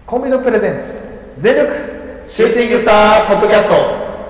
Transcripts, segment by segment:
コンビのプレゼンツ全力シューティングスターポッドキャスト。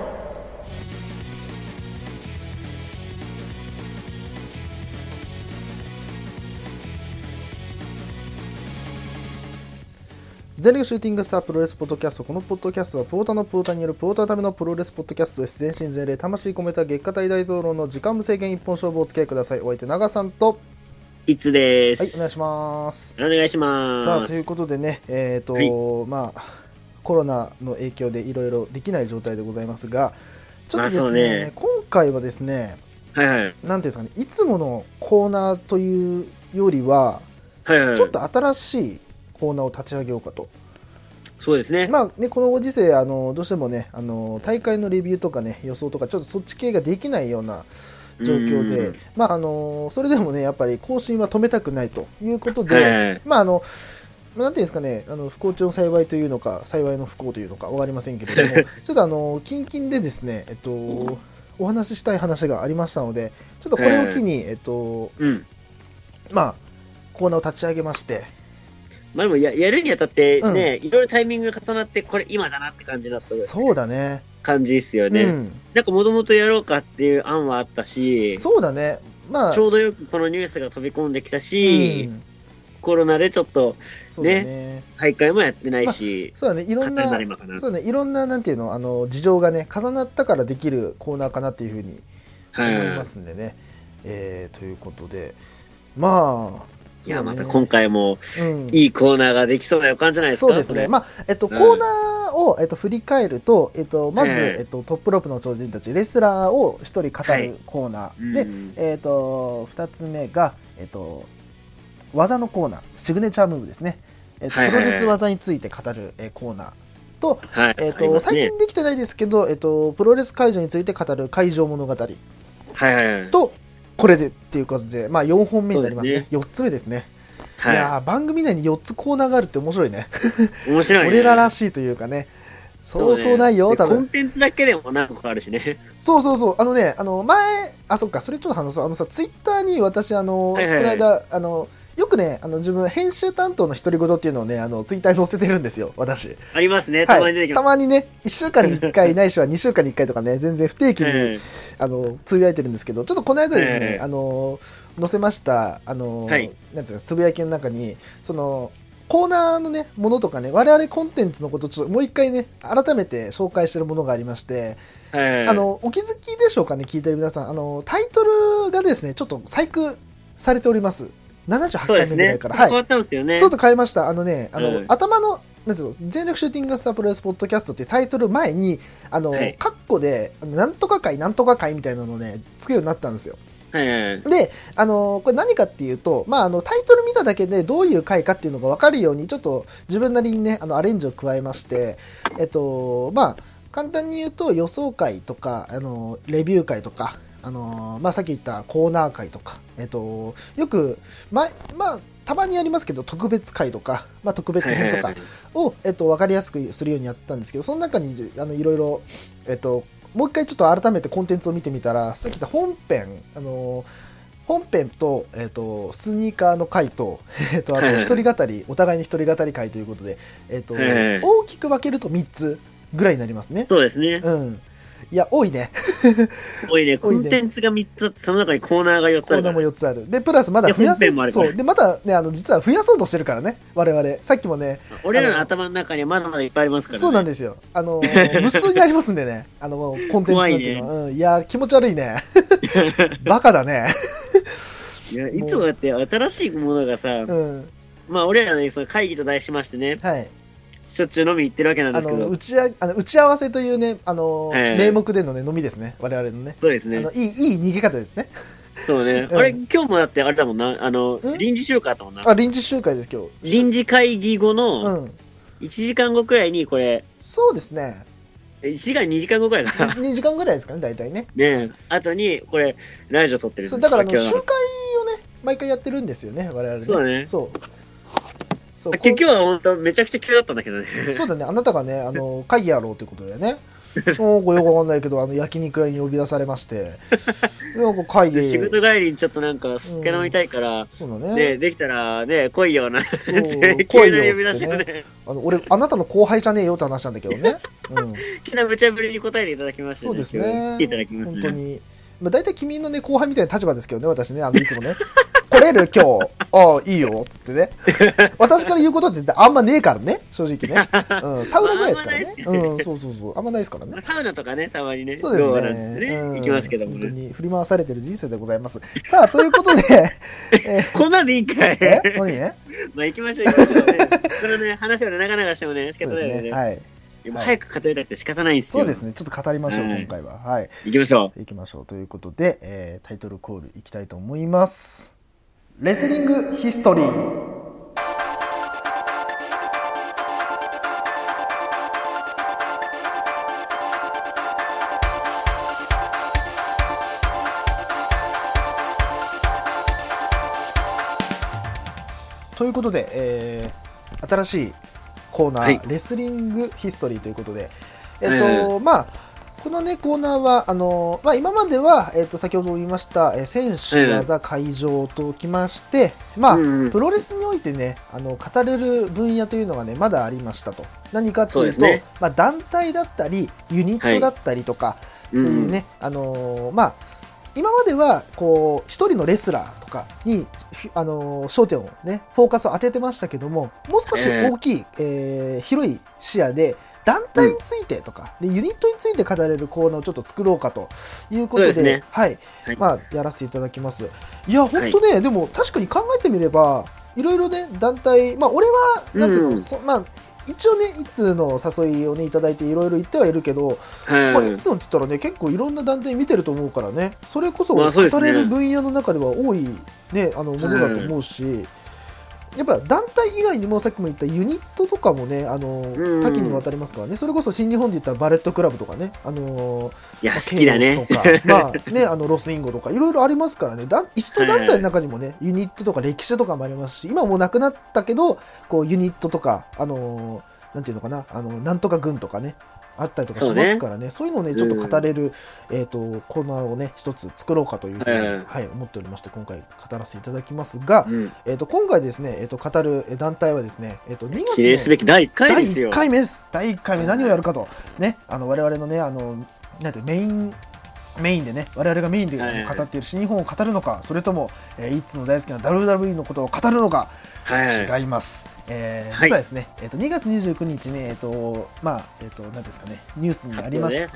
全力シューティングスタープロレスポッドキャスト。このポッドキャストはポーターのポーターによるポーターのためのプロレスポッドキャストです。全身全霊魂込めた月下大大統領の時間無制限一本勝負をお付き合いください。お相手長さんといつです。 はい、お願いします。 お願いします。 さあということでね、まあコロナの影響でいろいろできない状態でございますが、ちょっとですね、今回はですね、 はいはい、 なんていうんですかね、いつものコーナーというよりは、 はいはい、 ちょっと新しいコーナーを立ち上げようかと。 そうですね。 まあね、このご時世どうしてもね、大会のレビューとかね、予想とかちょっとそっち系ができないような状況で、まあそれでもね、やっぱり更新は止めたくないということで、 はいはい、 まあなんていうんですかね、不幸中の幸いというのか、幸いの不幸というのか分かりませんけれども、ちょっと近々でですね、お話ししたい話がありましたので、ちょっとこれを機に、まあコーナーを立ち上げまして。 まあでもやるにあたってね、いろいろタイミングが重なって、これ今だなって感じだった。 そうだね。 感じですよね。なんかもともとやろうかっていう案はあったし、 そうだね。まあちょうどよくこのニュースが飛び込んできたし、コロナでちょっとね、大会もやってないし、 そうだね、いろんな、そうだね、いろんななんていうの、事情がね重なったからできるコーナーかなっていうふうに思いますんでね。ということで、まあ。 いや、また今回もいいコーナーができそうな予感じゃないですか。 そうですね。まあ、コーナーを、振り返ると、まず、トップロープの超人たち、レスラーを一人語るコーナー。で、二つ目が、技のコーナー、シグネチャームーブですね。プロレス技について語る、コーナー。と、最近できてないですけど、プロレス会場について語る会場物語。と、これでっていうことで、まあ4本目になりますね。4つ目ですね。いや番組内に4つコーナーがあるって面白いね。 面白いね。 俺ららしいというかね。そうそうないよ、多分。 コンテンツだけでも何個かあるしね。 そうそうそう。前、そっか、それちょっと話そう。ツイッターに私、この間、よくね、自分、編集担当の独り言っていうのをね、ツイッターに載せてるんですよ、私。 ありますね、たまに出てきます。 たまにね、1週間に1回、ないしは2週間に1回とかね、全然不定期に、つぶやいてるんですけど、ちょっとこの間ですね、載せました、なんていうか、つぶやきの中に、コーナーのね、ものとかね、我々コンテンツのことをちょっともう一回ね、改めて紹介してるものがありまして、お気づきでしょうかね、聞いてる皆さん。タイトルがですね、ちょっと細工されております。78回目ぐらいから。 はい。変わったんですよね。 ちょっと変えました。頭の、なんていうの、全力シューティングスタープロレスポッドキャストっていうタイトル前に、カッコで、なんとか会、なんとか会みたいなのをね、つくようになったんですよ。で、これ何かっていうと、まあ、タイトル見ただけでどういう回かっていうのが分かるように、ちょっと自分なりにね、アレンジを加えまして、まあ、簡単に言うと予想会とか、レビュー会とか、まあ、さっき言ったコーナー会とか、よく、まあ、たまにやりますけど、特別会とか、まあ、特別編とかを、分かりやすくするようにやったんですけど、その中に、いろいろ、もう一回ちょっと改めてコンテンツを見てみたら、さっき言った本編と、スニーカーの回と、あと一人語り、お互いに一人語り会ということで、大きく分けると3つぐらいになりますね。 そうですね。 いや、多いね。 多いね。コンテンツが3つ、その中にコーナーが4つある。 コーナーも4つある。で、プラスまだ増やそう。で、まだね、実は増やそうとしてるからね、我々。さっきもね。 俺らの頭の中にはまだまだいっぱいありますからね。 そうなんですよ。無数にありますんでね。コンテンツなんていうのは。いや、気持ち悪いね。バカだね。 いや、いつもだって新しいものがさ、まあ、俺らのその会議と題しましてね。はい。しょっちゅう飲み行ってるわけなんですけど、 打ち合わせというね、名目でのね飲みですね、我々のね。 そうですね。 いい逃げ方ですね。 そうね。あれ、今日もだってあれだもんな、臨時集会だったもんな。 臨時集会です、今日。 臨時会議後の、1時間後くらいにこれ。 そうですね。 1時間2時間後くらいかな。 2時間ぐらいですかね、大体ね。 ねえ。あとに、これ、ラジオ撮ってるんですよ。 だから、集会をね、毎回やってるんですよね、我々ね。 そうだね。 そう。 今日は本当めちゃくちゃ急だったんだけどね。 そうだね、あなたがね、会議やろうということでね。 よくわかんないけど、焼肉屋に呼び出されまして、なんか会議。 仕事帰りにちょっとなんか、酒飲みたいから、そうだね。できたらね、来いよな。来いよってね。俺、あなたの後輩じゃねえよって話なんだけどね。 きな無茶ぶりに答えていただきましたね。 そうですね。 いただきますね。 本当に。まあ、大体君のね、後輩みたいな立場ですけどね、私ね、いつもね。来れる今日。ああ、いいよ。つってね。私から言うことってあんまねえからね、正直ね。サウナぐらいですからね。そうそうそう。あんまないですからね。 サウナとかね、たまにね。 そうですね。 行きますけどもね。 本当に振り回されてる人生でございます。さあ、ということで。 こんなんでいいんかい。 何ね。 まあ行きましょう、行きましょうね。このね、話を長々してもね、仕方ないよね。はい。早く語りたくて仕方ないんですよ。 そうですね。ちょっと語りましょう、今回は。はい。 行きましょう。 行きましょう。ということで、タイトルコールいきたいと思います。レスリングヒストリー。ということで、新しいコーナー、はい、レスリングヒストリーということで、まあ、このね、コーナーは、まあ、今までは、先ほど言いました、選手、技、会場ときまして、まあ、プロレスにおいてね、語れる分野というのがね、まだありましたと。何かっていうと、まあ、団体だったり、ユニットだったりとか、そういうね、まあ、今までは、こう、一人のレスラーとかに、焦点をね、フォーカスを当ててましたけども、もう少し大きい、広い視野で、団体についてとか、でユニットについて語れるコーナーをちょっと作ろうかということで、ね、はい、まあ、やらせていただきます。いや、本当ね、でも確かに考えてみれば、いろいろね、団体、まあ、俺は、なんていうの、まあ、一応ね、いつの誘いをね、いただいていろいろ言ってはいるけど、まあ、いつのって言ったらね、結構いろんな団体見てると思うからね、それこそ語れる分野の中では多いね、ものだと思うし、やっぱ団体以外にもさっきも言ったユニットとかもね、多岐にわたりますからね、それこそ新日本で言ったらバレットクラブとかね、 いや、好きだね。 とか、まあね、ロスインゴとか、いろいろありますからね、一度団体の中にもね、ユニットとか歴史とかもありますし、今はもうなくなったけど、こうユニットとか、なんていうのかな、なんとか軍とかね、あったりとかしますからね、そういうのをね、ちょっと語れる、コーナーをね、一つ作ろうかというふうに、はい、思っておりまして、今回語らせていただきますが、今回ですね、語る団体はですね、2月の記念すべき第1回ですよ。 第1回目です。第1回目何をやるかと、ね、我々のね、なんてメインでね、我々がメインで語っている新日本を語るのか、それとも、イッツの大好きな WWE のことを語るのか、違います。実はですね、2月29日に、まあ、何ですかね、ニュースにありました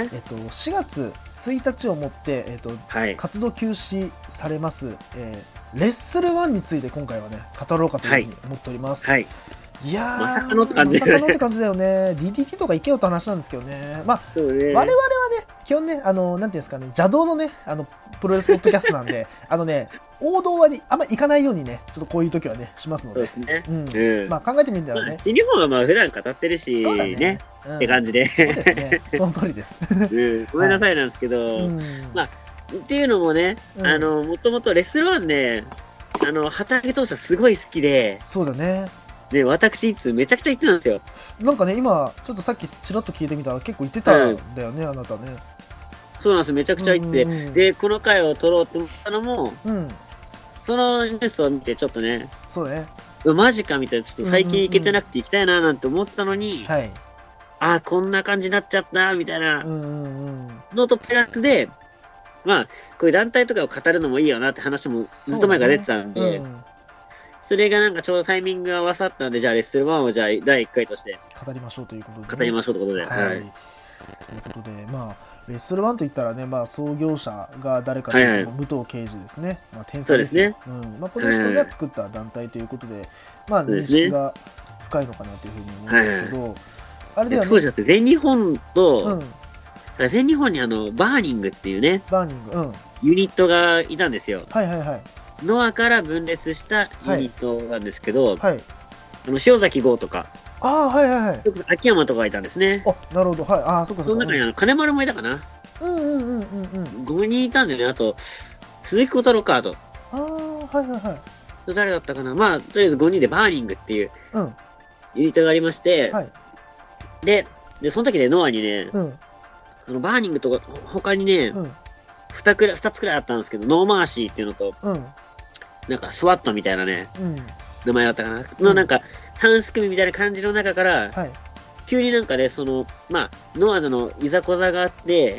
、4月1日をもって、活動休止されます、レッスル1について今回はね、語ろうかというふうに思っております。いやー、 まさかのって感じだよね。DDT とか行けよって話なんですけどね。まあ、我々はね、基本ね、なんていうんですかね、邪道のね、プロレスポッドキャストなんで、王道はあんまり行かないようにね、ちょっとこういう時はね、しますので。 そうですね。 まあ、考えてみたらね。 新日本はまあ普段語ってるし、ね、って感じで。 そうですね。その通りです。 ごめんなさいなんですけど、まあ、っていうのもね、もともとレスルワンね、畑当初すごい好きで、 そうだね。 で、私、いつめちゃくちゃ言ってたんですよ。 なんかね、今、ちょっとさっきちらっと聞いてみたら結構言ってたんだよね、あなたね。 そうなんです、めちゃくちゃ言ってて。で、この回を撮ろうって思ったのも、そのニュースを見てちょっとね、 そうね。 マジかみたいな、ちょっと最近行けてなくて行きたいななんて思ってたのに、ああ、こんな感じになっちゃったみたいなのとプラスで、まあ、こういう団体とかを語るのもいいよなって話もずっと前から出てたんで、それがなんかちょうどタイミングが合わさったんで、じゃあレッスル1をじゃあ第1回として語りましょうということで、 語りましょうということで。 はい。ということで、まあ、レッスル1といったらね、まあ、創業者が誰かというと、武藤敬司ですね。まあ、天才ですよ。まあ、この人が作った団体ということで、まあ、認識が深いのかなというふうに思うんですけど、あれではね、 当時だって全日本と、全日本にバーニングっていうね、ユニットがいたんですよ。ノアから分裂したユニットなんですけど、塩崎豪とか、秋山とかがいたんですね。 なるほど。そっかそっか。 その中に金丸もいたかな。5人いたんでね、あと、鈴木小太郎かと。誰だったかな。まあ、とりあえず5人でバーニングっていうユニットがありまして、で、その時ね、ノアにね、 そのバーニングとか、他にね、2つくらいあったんですけど、ノーマーシーっていうのと、なんかスワットみたいなね、名前だったかな。のなんか、3組みたいな感じの中から、急になんかね、その、まあ、ノアでのいざこざがあって、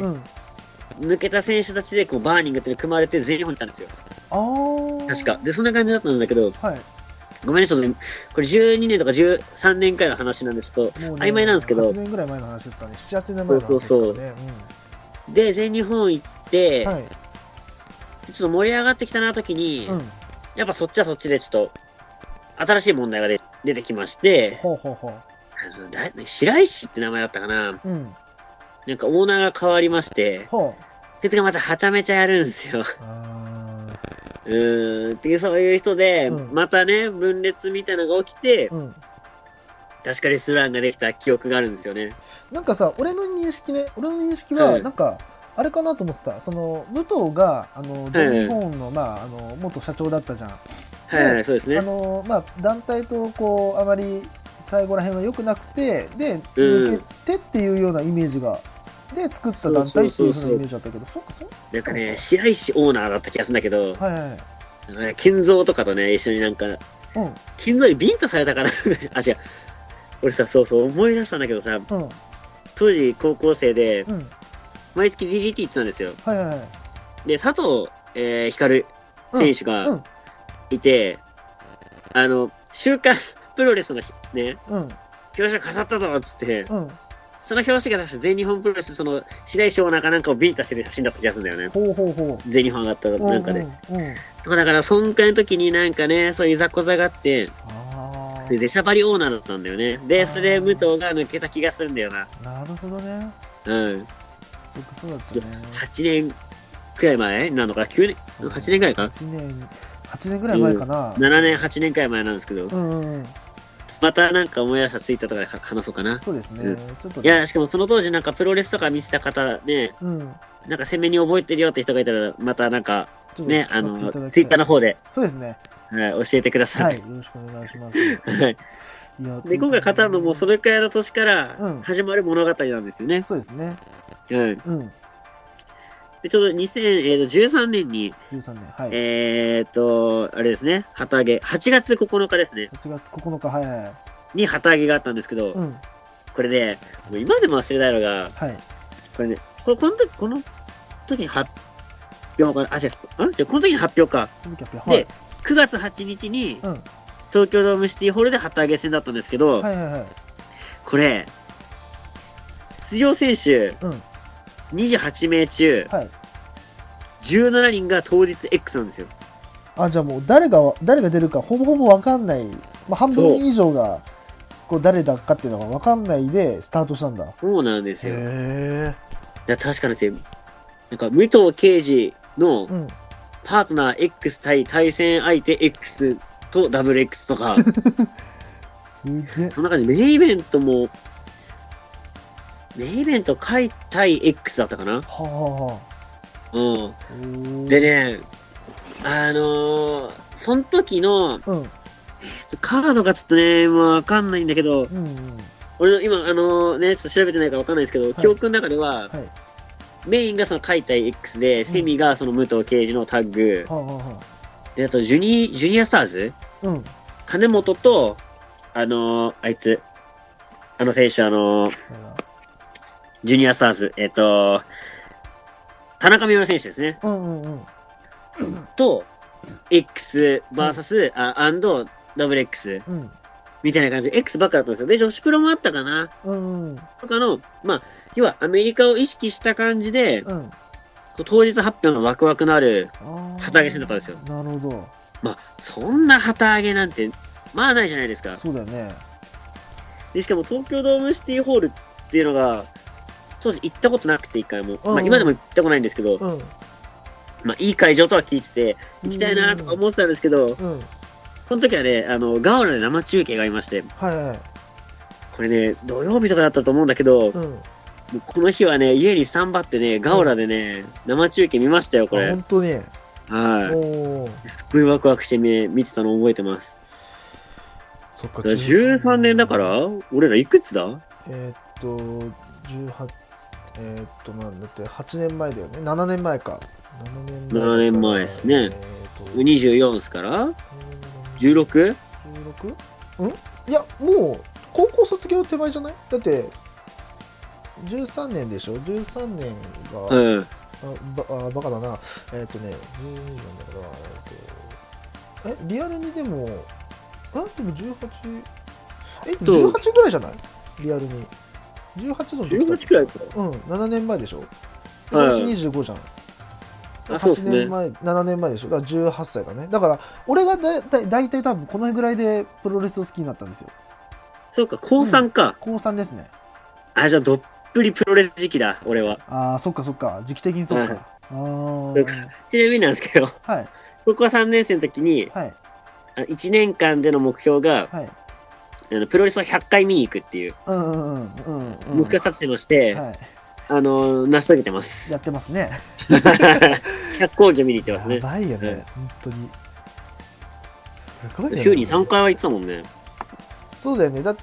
抜けた選手たちでこうバーニングって組まれて全日本に行ったんですよ。確か。で、そんな感じだったんだけど、ごめんね、ちょっと、これ12年とか13年くらいの話なんで、ちょっと曖昧なんですけど。 8年ぐらい前の話ですかね。7、8年前の話ですかね。そう。 で、全日本行って、ちょっと盛り上がってきたな時に、やっぱそっちはそっちでちょっと、新しい問題が出てきまして、白石って名前だったかな。なんかオーナーが変わりまして、そいつがまたはちゃめちゃやるんですよ。っていうそういう人で、またね、分裂みたいなのが起きて、確かレスラーができた記憶があるんですよね。 なんかさ、俺の認識は、なんか、あれかなと思ってた。その、武藤が、全日本の、まあ、元社長だったじゃん。 そうですね。 まあ、団体と、こう、あまり、最後ら辺は良くなくて、で、抜けてっていうようなイメージが、で、作った団体っていう風なイメージだったけど、そっか、 なんかね、白石オーナーだった気がするんだけど、健三とかとね、一緒になんか、健三にビンタされたから、あ、違う。俺さ、そう思い出したんだけどさ、当時高校生で、毎月 DDT 行ってたんですよ。で、佐藤、光選手がいて、週刊プロレスのね、表紙飾ったぞっつって、その表紙が確か全日本プロレス、その白石オーナーかなんかをビンタしてる写真だった気がするんだよね。全日本上がったなんかで。だから、そんくらいの時になんかね、そういういざこざがあって、で、出しゃばりオーナーだったんだよね。で、それで武藤が抜けた気がするんだよな。 なるほどね。そっか、そうだったね。 8年くらい前なのかな ?9 年 ?8 年くらいか ?8 年くらい前かな。 7年、8年くらい前なんですけど。またなんか思い出したツイッターとかで話そうかな。 そうですね。 ちょっと。いや、しかもその当時なんかプロレスとか見せた方ね、なんか鮮明に覚えてるよって人がいたら、またなんか、ね、ツイッターの方で。 そうですね。 はい、教えてください。 よろしくお願いします。はい。 で、今回語るのもそれくらいの年から始まる物語なんですよね。 そうですね。 で、ちょうど2013年に、あれですね、旗揚げ、8月9日ですね。 8月9日、 に旗揚げがあったんですけど、これね、もう今でも忘れないのが、これね、この時に発表かな、この時に発表か。で、9月8日に、東京ドームシティホールで旗揚げ戦だったんですけど、これ、出場選手、28名中、17人が当日 X なんですよ。 あ、じゃあもう誰が出るかほぼほぼ分かんない、まあ、半分以上がこう誰だかっていうのが分かんないでスタートしたんだ。 そうなんですよ。確かになんか武藤敬司のパートナー X 対対戦相手 X とダブル X とかすげえ。 そんな感じ。メインイベント解対 X だったかな。でね、その時の、カードがちょっとね、もうわかんないんだけど、俺の今、ね、ちょっと調べてないからわかんないですけど、記憶の中では、メインがその解体 X で、セミがその武藤敬司のタッグ、で、あとジュニアスターズ、金本と、あいつ、選手、ジュニアスターズ、田中美織選手ですね。と、X vs、アンド、ダブル X、みたいな感じで、X ばっかだったんですよ。で、女子プロもあったかな。とかの、まあ、要はアメリカを意識した感じで、当日発表のワクワクのある旗揚げ戦だったんですよ。 なるほど。 まあ、そんな旗揚げなんて、まあないじゃないですか。 そうだよね。 で、しかも東京ドームシティホールっていうのが、当時行ったことなくて一回も。まあ今でも行ったことないんですけど、まあいい会場とは聞いてて、行きたいなとか思ってたんですけど、この時はね、ガオラで生中継がありまして、これね、土曜日とかだったと思うんだけど、この日はね、家にスタンバってね、ガオラでね、生中継見ましたよ、これ。 本当に。 はい。すっごいワクワクして見てたの覚えてます。 そっか、 13年だから、俺らいくつだ 18、 なんだって8年前だよね。7年前か。 7年前ですね。24ですから 16？ 16？ いや、もう高校卒業手前じゃない？だって13年でしょ。13年が、バカだな。12年だから、リアルにでも、でも18、18ぐらいじゃない？リアルに。18の時 18くらいか。 7年前でしょ。今年25じゃん。8年前、7年前でしょ。だから18歳だね。だから、俺がだいたい多分このぐらいでプロレスを好きになったんですよ。 そうか、高3か。 高3ですね。 じゃあどっぷりプロレス時期だ、俺は。 そっか。時期的にそっか。 ちなみになんですけど、高校3年生の時に、1年間での目標が、プロレスを100回見に行くっていう目標立ててまして、成し遂げてます。 やってますね。 100講義見に行ってますね。 やばいよね、本当に。すごいね。 週に3回は行ってたもんね。 そうだよね。だって、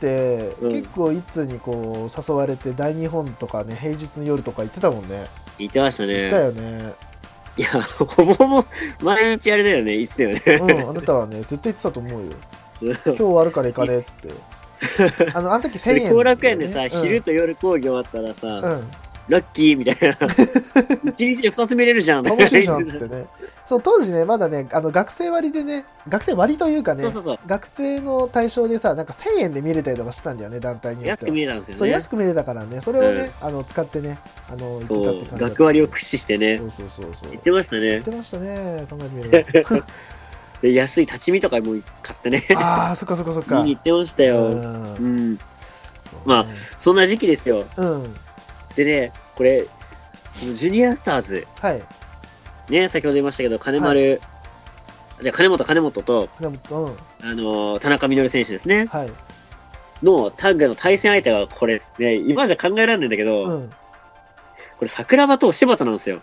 結構一通にこう誘われて大日本とかね、平日の夜とか行ってたもんね。 行ってましたね。 行ったよね。 いや、ほぼも毎日あれだよね、いつだよね。 あなたはね、絶対行ってたと思うよ。今日終わるから行かねえっつって。あの時1000円、 後楽園でさ、昼と夜講義終わったらさ、ラッキーみたいな。一日で2つ見れるじゃん。 楽しいじゃんっつってね。そう、当時ね、まだね、学生割でね、学生割というかね、学生の対象でさ、なんか1000円で見れたりとかしてたんだよね、団体によっては。 安く見れたんですよね。 そう、安く見れたからね、それをね、使ってね、行ってたって感じ。 学割を駆使してね。 そう。 言ってましたね。 言ってましたね、考えてみれば。 で安い立ち見とかも買ってね。 そっか。 見に行ってましたよ。まあ、そんな時期ですよ。でね、これ、ジュニアスターズ。ね、先ほど言いましたけど、金本と、田中稔選手ですね。のタッグの対戦相手がこれ、ね、今じゃ考えられないんだけど、これ桜庭と柴田なんですよ。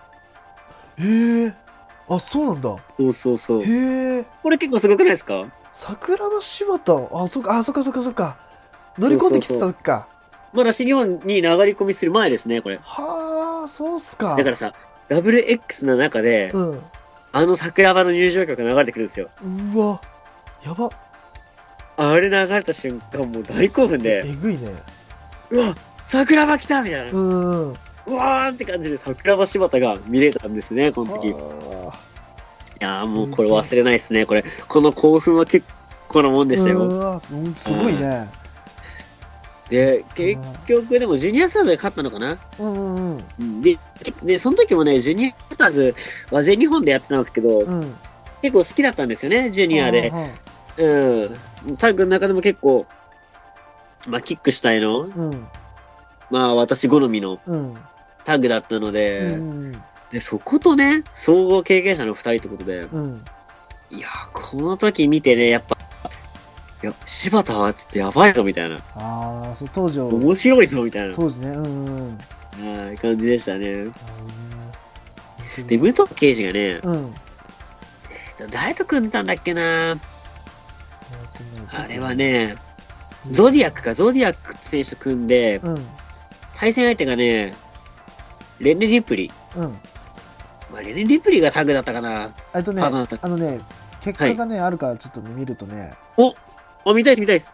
そうなんだ。 そう。これ結構すごくないですか？ 桜庭柴田、そっか。乗り込んできてた時か。 まだ新日本に流れ込みする前ですね、これ。 そうっすか。 だからさ、WX の中で、桜庭の入場曲が流れてくるんですよ。 うわ、やば。 あれ流れた瞬間、もう大興奮で。 えぐいね。 うわ、桜庭来たみたいな。うわーって感じで桜庭柴田が見れたんですね、この時。いやーもうこれ忘れないですね、この興奮は結構なもんでしたよ。 すごいね。 で、結局でもジュニアスターズが勝ったのかな。で、その時もね、ジュニアスターズは全日本でやってたんですけど、結構好きだったんですよね、ジュニアで。タッグの中でも結構、キック主体の、私好みのタッグだったので、で、そことね、総合経験者の2人ってことで、いやー、この時見てね、やっぱ、柴田はちょっとやばいぞみたいな。 当時面白いぞみたいな。 当時ね、 感じでしたね。で、武藤敬司がね、誰と組んでたんだっけな。あれはね、ゾディアック選手と組んで、対戦相手がね、レネ・リプリ。レネ・リプリがタグだったかな。 結果がね、あるからちょっと見るとね。 見たいです。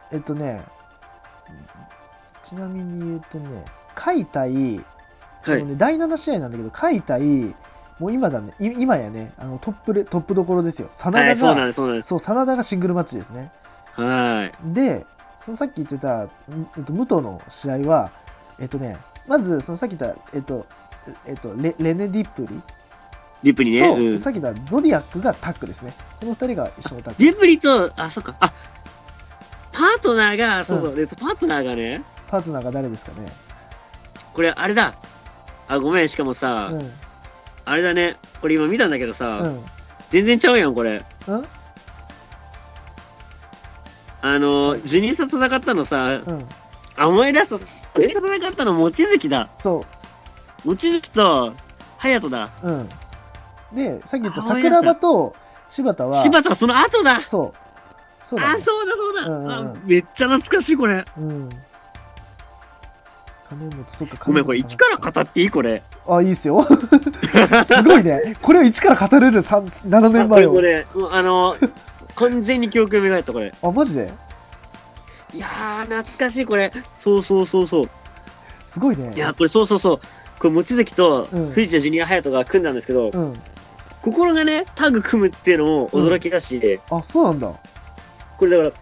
ちなみに言うとね、甲斐対、第7試合なんだけど、甲斐対、もう今やね、トップどころですよ。真田が、真田がシングルマッチですね。で、そのさっき言ってた、武藤の試合は、まず、そのさっき言った、レネ・ディプリと、さっき言ったゾディアックがタッグですね。この2人が一緒のタッグ。 ディプリと、そっか、パートナーが、パートナーがね。 パートナーが誰ですかね。 これ、あれだ。ごめん、しかもさ、あれだね。これ今見たんだけどさ、全然ちゃうやん、これ。ジュニアさ戦ったのさ、思い出した。ジュニアさ戦ったの、望月だ。望月と、隼人だ。 で、さっき言った桜庭と柴田はその後だ。 そうだ。 めっちゃ懐かしい、これ。 金本、そっか、 ごめん、これ一から語っていいこれ。 あ、いいっすよ。すごいね。これを一から語れる7年前を。 これ、完全に記憶が蘇った、これ。 あ、マジで？ いやー、懐かしい、これ。そう。 すごいね。 いや、これ、そう。これ、望月と藤田ジュニア隼人が組んだんですけど、心がね、タッグ組むっていうのも驚きだし、 あ、そうなんだ。 これだから、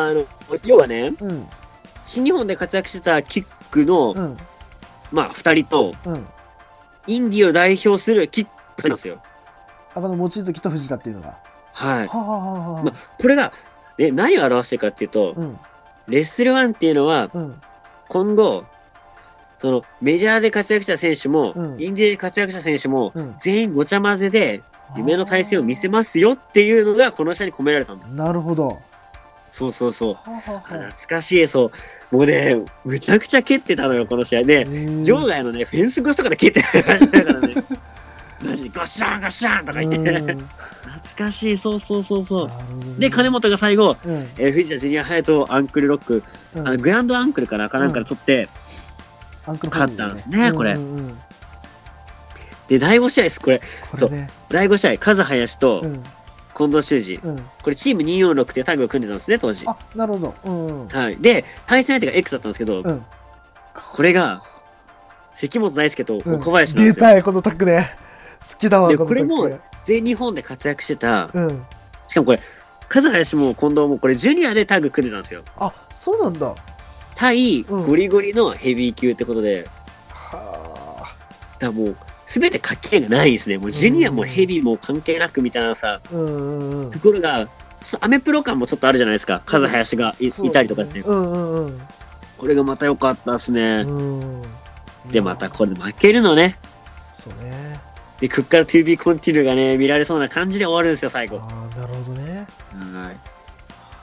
要はね、新日本で活躍してたキックの、まあ、2人と、インディを代表するキックなんですよ。 望月と藤田っていうのが。 はい。まあ、これが、何を表してるかっていうと、レッスル1っていうのは、今後、そのメジャーで活躍した選手も、インディで活躍した選手も、全員ごちゃ混ぜで夢の体制を見せますよっていうのがこの下に込められたんだ。 なるほど。 そう。懐かしい、そう。もうね、むちゃくちゃ蹴ってたのよ、この試合で。場外のね、フェンス越しとかで蹴ってたからね。マジでガッシャンガッシャンとか言って。懐かしい、そう。で、金本が最後、藤田ジュニア隼人アンクルロック、グランドアンクルかなんか取って、勝ったんですね、これ。で、第5試合です、これ。そう。第5試合、カズハヤシと近藤修二。これチーム246ってタッグを組んでたんですね、当時。 あ、なるほど。 はい。で、対戦相手が X だったんですけど、これが、関本大輔と小林なんですよ。 出たい、このタッグね。好きだわ、 これも、全日本で活躍してた、しかもこれ、カズハヤシも近藤もこれジュニアでタッグ組んでたんですよ。 あ、そうなんだ。 対ゴリゴリのヘビー級ってことで、 はあ。 だからもう、すべて関係がないですね。もうジュニアもヘビーも関係なくみたいなさ、ところが、アメプロ感もちょっとあるじゃないですか。カズハヤシがいたりとかって。これがまた良かったですね。で、またこれ負けるのね。 そうね。 で、こっから To be continue がね、見られそうな感じで終わるんですよ、最後。 ああ、なるほどね。 はい。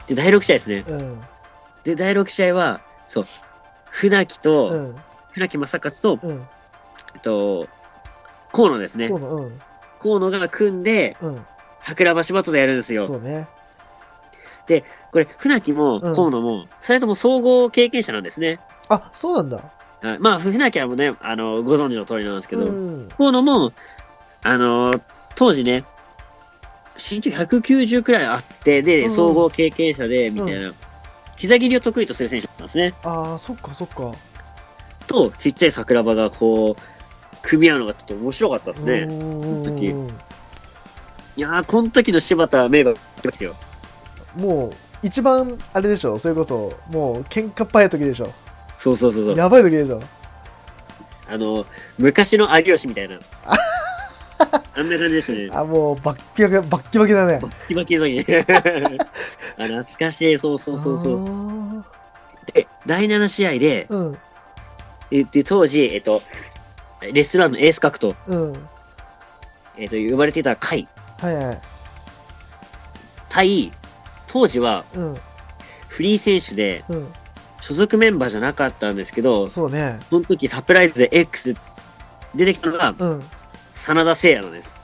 で、第6試合ですね。で、第6試合は、そう、船木と、船木正勝と、河野ですね。河野が組んで、桜橋バトでやるんですよ。 そうね。 で、これ、船木も河野も、二人とも総合経験者なんですね。 あ、そうなんだ。 まあ、船木はもうね、ご存知の通りなんですけど、河野も、当時ね、身長190くらいあって、で、総合経験者で、みたいな、膝切りを得意とする選手なんですね。 ああ、そっか。 と、ちっちゃい桜庭がこう、組み合うのがちょっと面白かったですね。この時。いやー、この時の柴田名馬ですよ。 もう、一番、あれでしょ、それこそ、もう、喧嘩っ早い時でしょ。 そう。 やばい時でしょ。 昔の有吉みたいな。あんな感じですね。 あ、もう、バッキバキだね。 バッキバキの時ね。懐かしい、そう。で、第7試合で、で、当時、レストランのエース格闘、呼ばれていた甲斐。対、当時は、フリー選手で、所属メンバーじゃなかったんですけど、 そうね。 その時サプライズで X で出てきたのが、真田誠也なんです。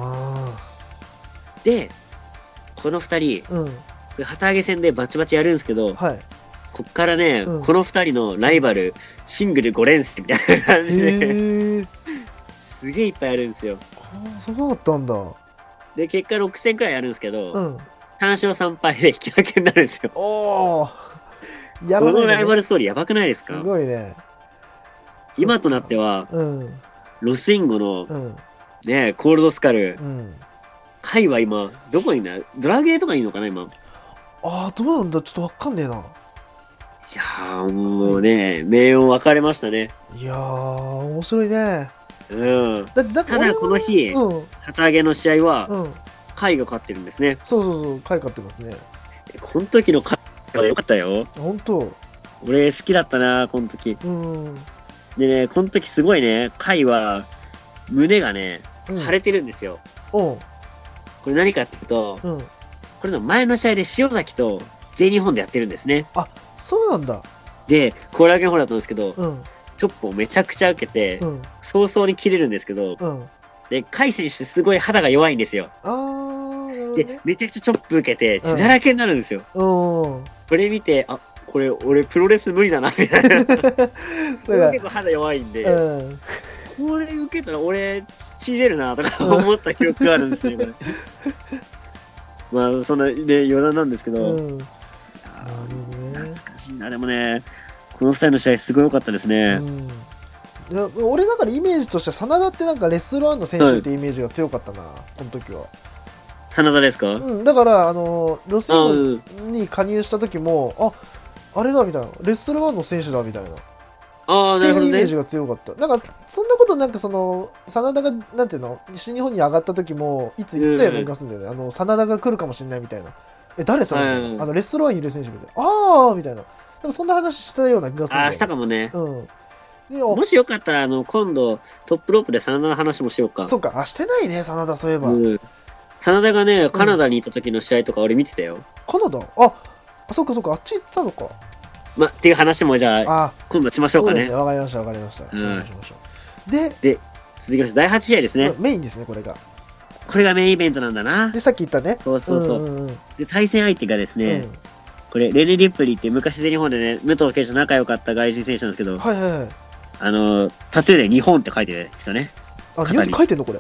で、この二人、旗揚げ戦でバチバチやるんですけど、こっからね、この二人のライバル、シングル5連戦みたいな感じで、すげえいっぱいやるんですよ。 そうだったんだ。 で、結果6戦くらいやるんですけど、3勝3敗で引き分けになるんですよ。このライバルストーリーやばくないですか？ すごいね。 今となっては、ロスインゴの、ね、コールドスカル、カイは今、どこにいんだ？ドラゲーとかにいるのかな、今。 どうなんだ、ちょっとわかんねえな。 いやー、もうね、名誉分かれましたね。 いやー、面白いね。 ただこの日、旗揚げの試合は、カイが勝ってるんですね。 そう、カイ勝ってますね。 この時のカイは良かったよ。 本当。 俺好きだったな、この時。でね、この時すごいね、カイは、胸がね、腫れてるんですよ。これ何かっていうと、これの前の試合で塩崎と全日本でやってるんですね。 あ、そうなんだ。 で、コラーゲンホールだったんですけど、チョップをめちゃくちゃ受けて、早々に切れるんですけど、で、カイ選手ってすごい肌が弱いんですよ。 なるほどね。 で、めちゃくちゃチョップ受けて血だらけになるんですよ。これ見て、ここれ俺プロレス無理だなみたいなそれ結構肌弱いんで、これ受けたら俺血出るなとか思った記憶があるんですねこれまあそんなね余談なんですけど、懐かしいな。でもねこの2人の試合すごい良かったですね。 いや俺だからイメージとしては真田ってなんかレスル1の選手ってイメージが強かったな、この時は。 真田ですか？ だからロスインゴに加入した時もあれだみたいな、レスル1の選手だみたいなっていうイメージが強かった。なんかそんなことなんかその真田がなんていうの西日本に上がった時もいつ言ったような気がするんだよね。真田が来るかもしれないみたいな。誰それ、レスル1いる選手みたいな。みたいな。でもそんな話したような気がするんだよね。 したかもね。もしよかったら今度トップロープで真田の話もしようか。 そうか、してないね真田、そういえば。 真田がねカナダにいた時の試合とか俺見てたよ。 カナダ？そっかそっか、あっち行ってたのか。 っていう話もじゃあ今度しましょうかね。 そうですね、わかりましたわかりました。しましょう。で続きまして第8試合ですね。 メインですね、これがメインイベントなんだな。 でさっき言ったね。 そうで対戦相手がですね、これレネ・リップリーって昔全日本でね武藤敬司と仲良かった外人選手なんですけど、タトゥーで日本って書いてる人ね。 日本って書いてんのこれ。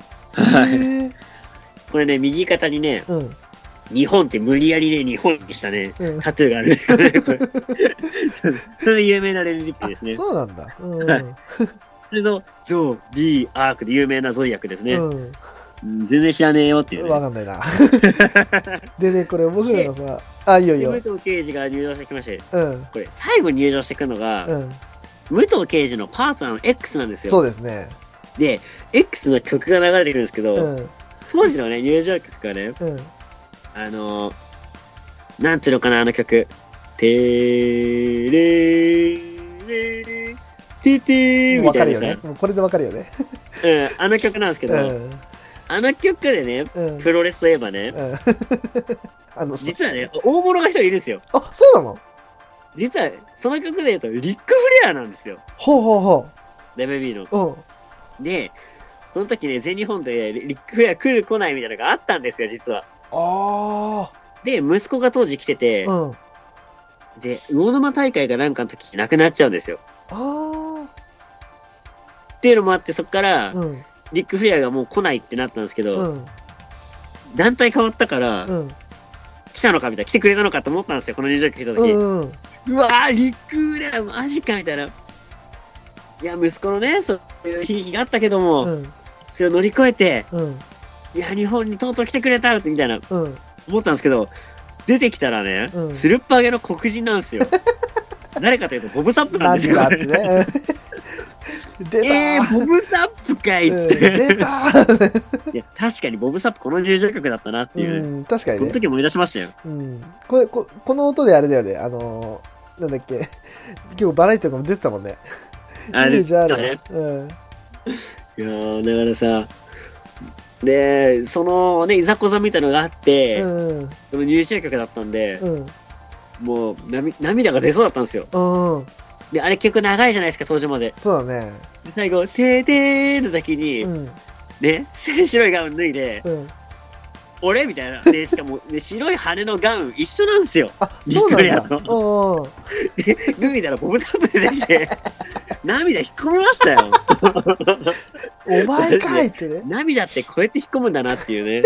これね右肩にね、日本って無理やりね日本にしたね、タトゥーがあるんですよねこれそれで有名なレネ・リップリーですね。 そうなんだ。 それのゾー・ディー・アークで有名なゾイ役ですね。全然知らねえよっていうね。 わかんないなでねこれ面白いのさ、いいよいいよ。 武藤敬司が入場してきまして、これ最後に入場してくるのが、武藤敬司のパートナーの X なんですよ。 そうですね。 で X の曲が流れてくるんですけど、当時のね入場曲がね、なんていうのかな、あの曲テーレーレーティティーみたいなさ、 もうこれでわかるよねあの曲なんですけど、あの曲でね、プロレスといえばね、実はね、大物が一人いるんですよ。 そうなの？ 実は、その曲で言うと、リック・フレアなんですよ。WB の。で、その時ね、全日本でリック・フレア来る来ないみたいなのがあったんですよ、実は。で、息子が当時来てて、で、魚沼大会がなんかの時亡くなっちゃうんですよ。っていうのもあって、そっから、リック・フレアがもう来ないってなったんですけど、団体変わったから、来たのかみたいな、来てくれたのかと思ったんですよ、この入場曲来た時。うわー、リック・フレアマジかみたいな。いや、息子のね、そういう悲劇があったけども、それを乗り越えて、いや、日本にとうとう来てくれたみたいな、思ったんですけど、出てきたらね、スルッパ上げの黒人なんですよ。誰かというと、ボブ・サップなんですよ。ボブサップかいっつって出たいや確かにボブサップこの入場曲だったなっていう、確かにね、この時思い出しましたよ。 この音であれだよね、なんだっけ今日バラエティーとかも出てたもんね。イメージあるね。 いやだからさ、でそのねいざこざみたいなのがあって、その入場曲だったんで、もう涙が出そうだったんですよ。で、あれ結構長いじゃないですか、当時まで。 そうだね。 で、最後、てーてーの先に、ね、白いガウン脱いで、俺みたいな。で、しかも、白い羽のガウン一緒なんですよ。 そうなんだ。 で、脱いだらボブサップ出てきて、涙引っ込みましたよ。 お前かいってね。 涙ってこうやって引っ込むんだなっていうね。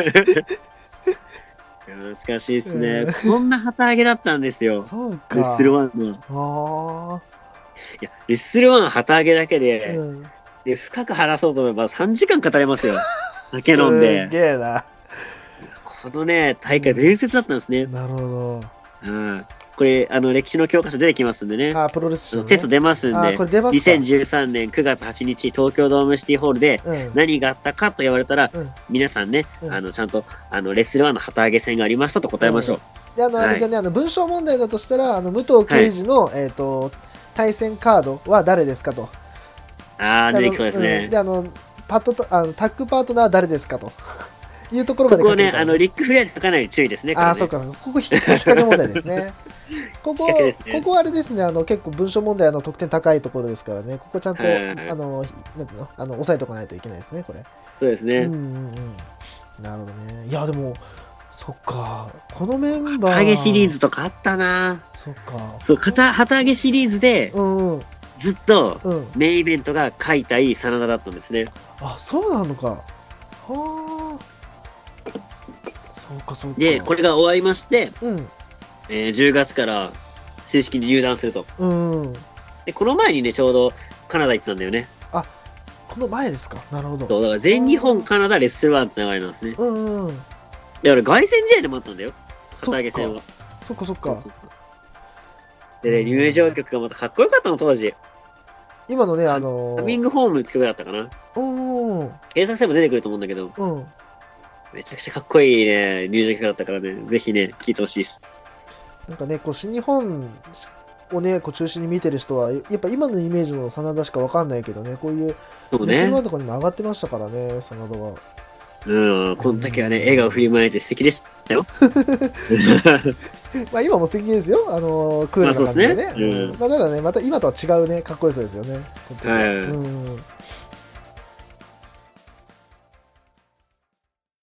懐かしいですね。こんな旗揚げだったんですよ。 そうか。 レッスル1の。いや、レッスル1旗揚げだけで、で深く話そうと思えば3時間語れますよ。酒飲んで。 すげえな。 このね、大会伝説だったんですね。 なるほど。 これ、歴史の教科書出てきますんでね。 プロレス、 テスト出ますんで、2013年9月8日、東京ドームシティホールで何があったかと言われたら、皆さんね、ちゃんと、レッスル1の旗揚げ戦がありましたと答えましょう。 で、あれだね、文章問題だとしたら、武藤敬司の、対戦カードは誰ですかと。 出てきそうですね。 で、タッグパートナーは誰ですかと。いうところまでここね、リックフレアで書かないように注意ですね。 そうか。ここ引っ掛け問題ですね。ここあれですね、結構文章問題得点高いところですからね、ここちゃんと、なんていうの、押さえておかないといけないですね、これ。 そうですね。 なるほどね。いや、でも、 そっか。このメンバー。 旗揚げシリーズとかあったな。 そっか。 そう、旗揚げシリーズで、ずっとメインイベントが解体真田だったんですね。 あ、そうなのか。はあ。そうか、そうか。 で、これが終わりまして、10月から正式に入団すると。で、この前にね、ちょうどカナダ行ってたんだよね。 あ、この前ですか。なるほど。 そう、だから全日本カナダレッスル1って流れなんですね。だから凱旋試合でもあったんだよ。旗揚げ戦は。 そっかそっか。 でね、入場曲がまたかっこよかったの、当時。 今のね、 カミングホームって曲だったかな。検索すれば出てくると思うんだけど。めちゃくちゃかっこいいね、入場曲だったからね、ぜひね、聴いてほしいです。 なんかね、こう、新日本をね、こう中心に見てる人は、やっぱ今のイメージの真田しかわかんないけどね、こういう、 そうね。 レスとかにも上がってましたからね、真田は。 この時はね、笑顔振りまいて素敵でしたよ。 まあ今も素敵ですよ、クールな感じでね。ただね、また今とは違うね、かっこよさですよね。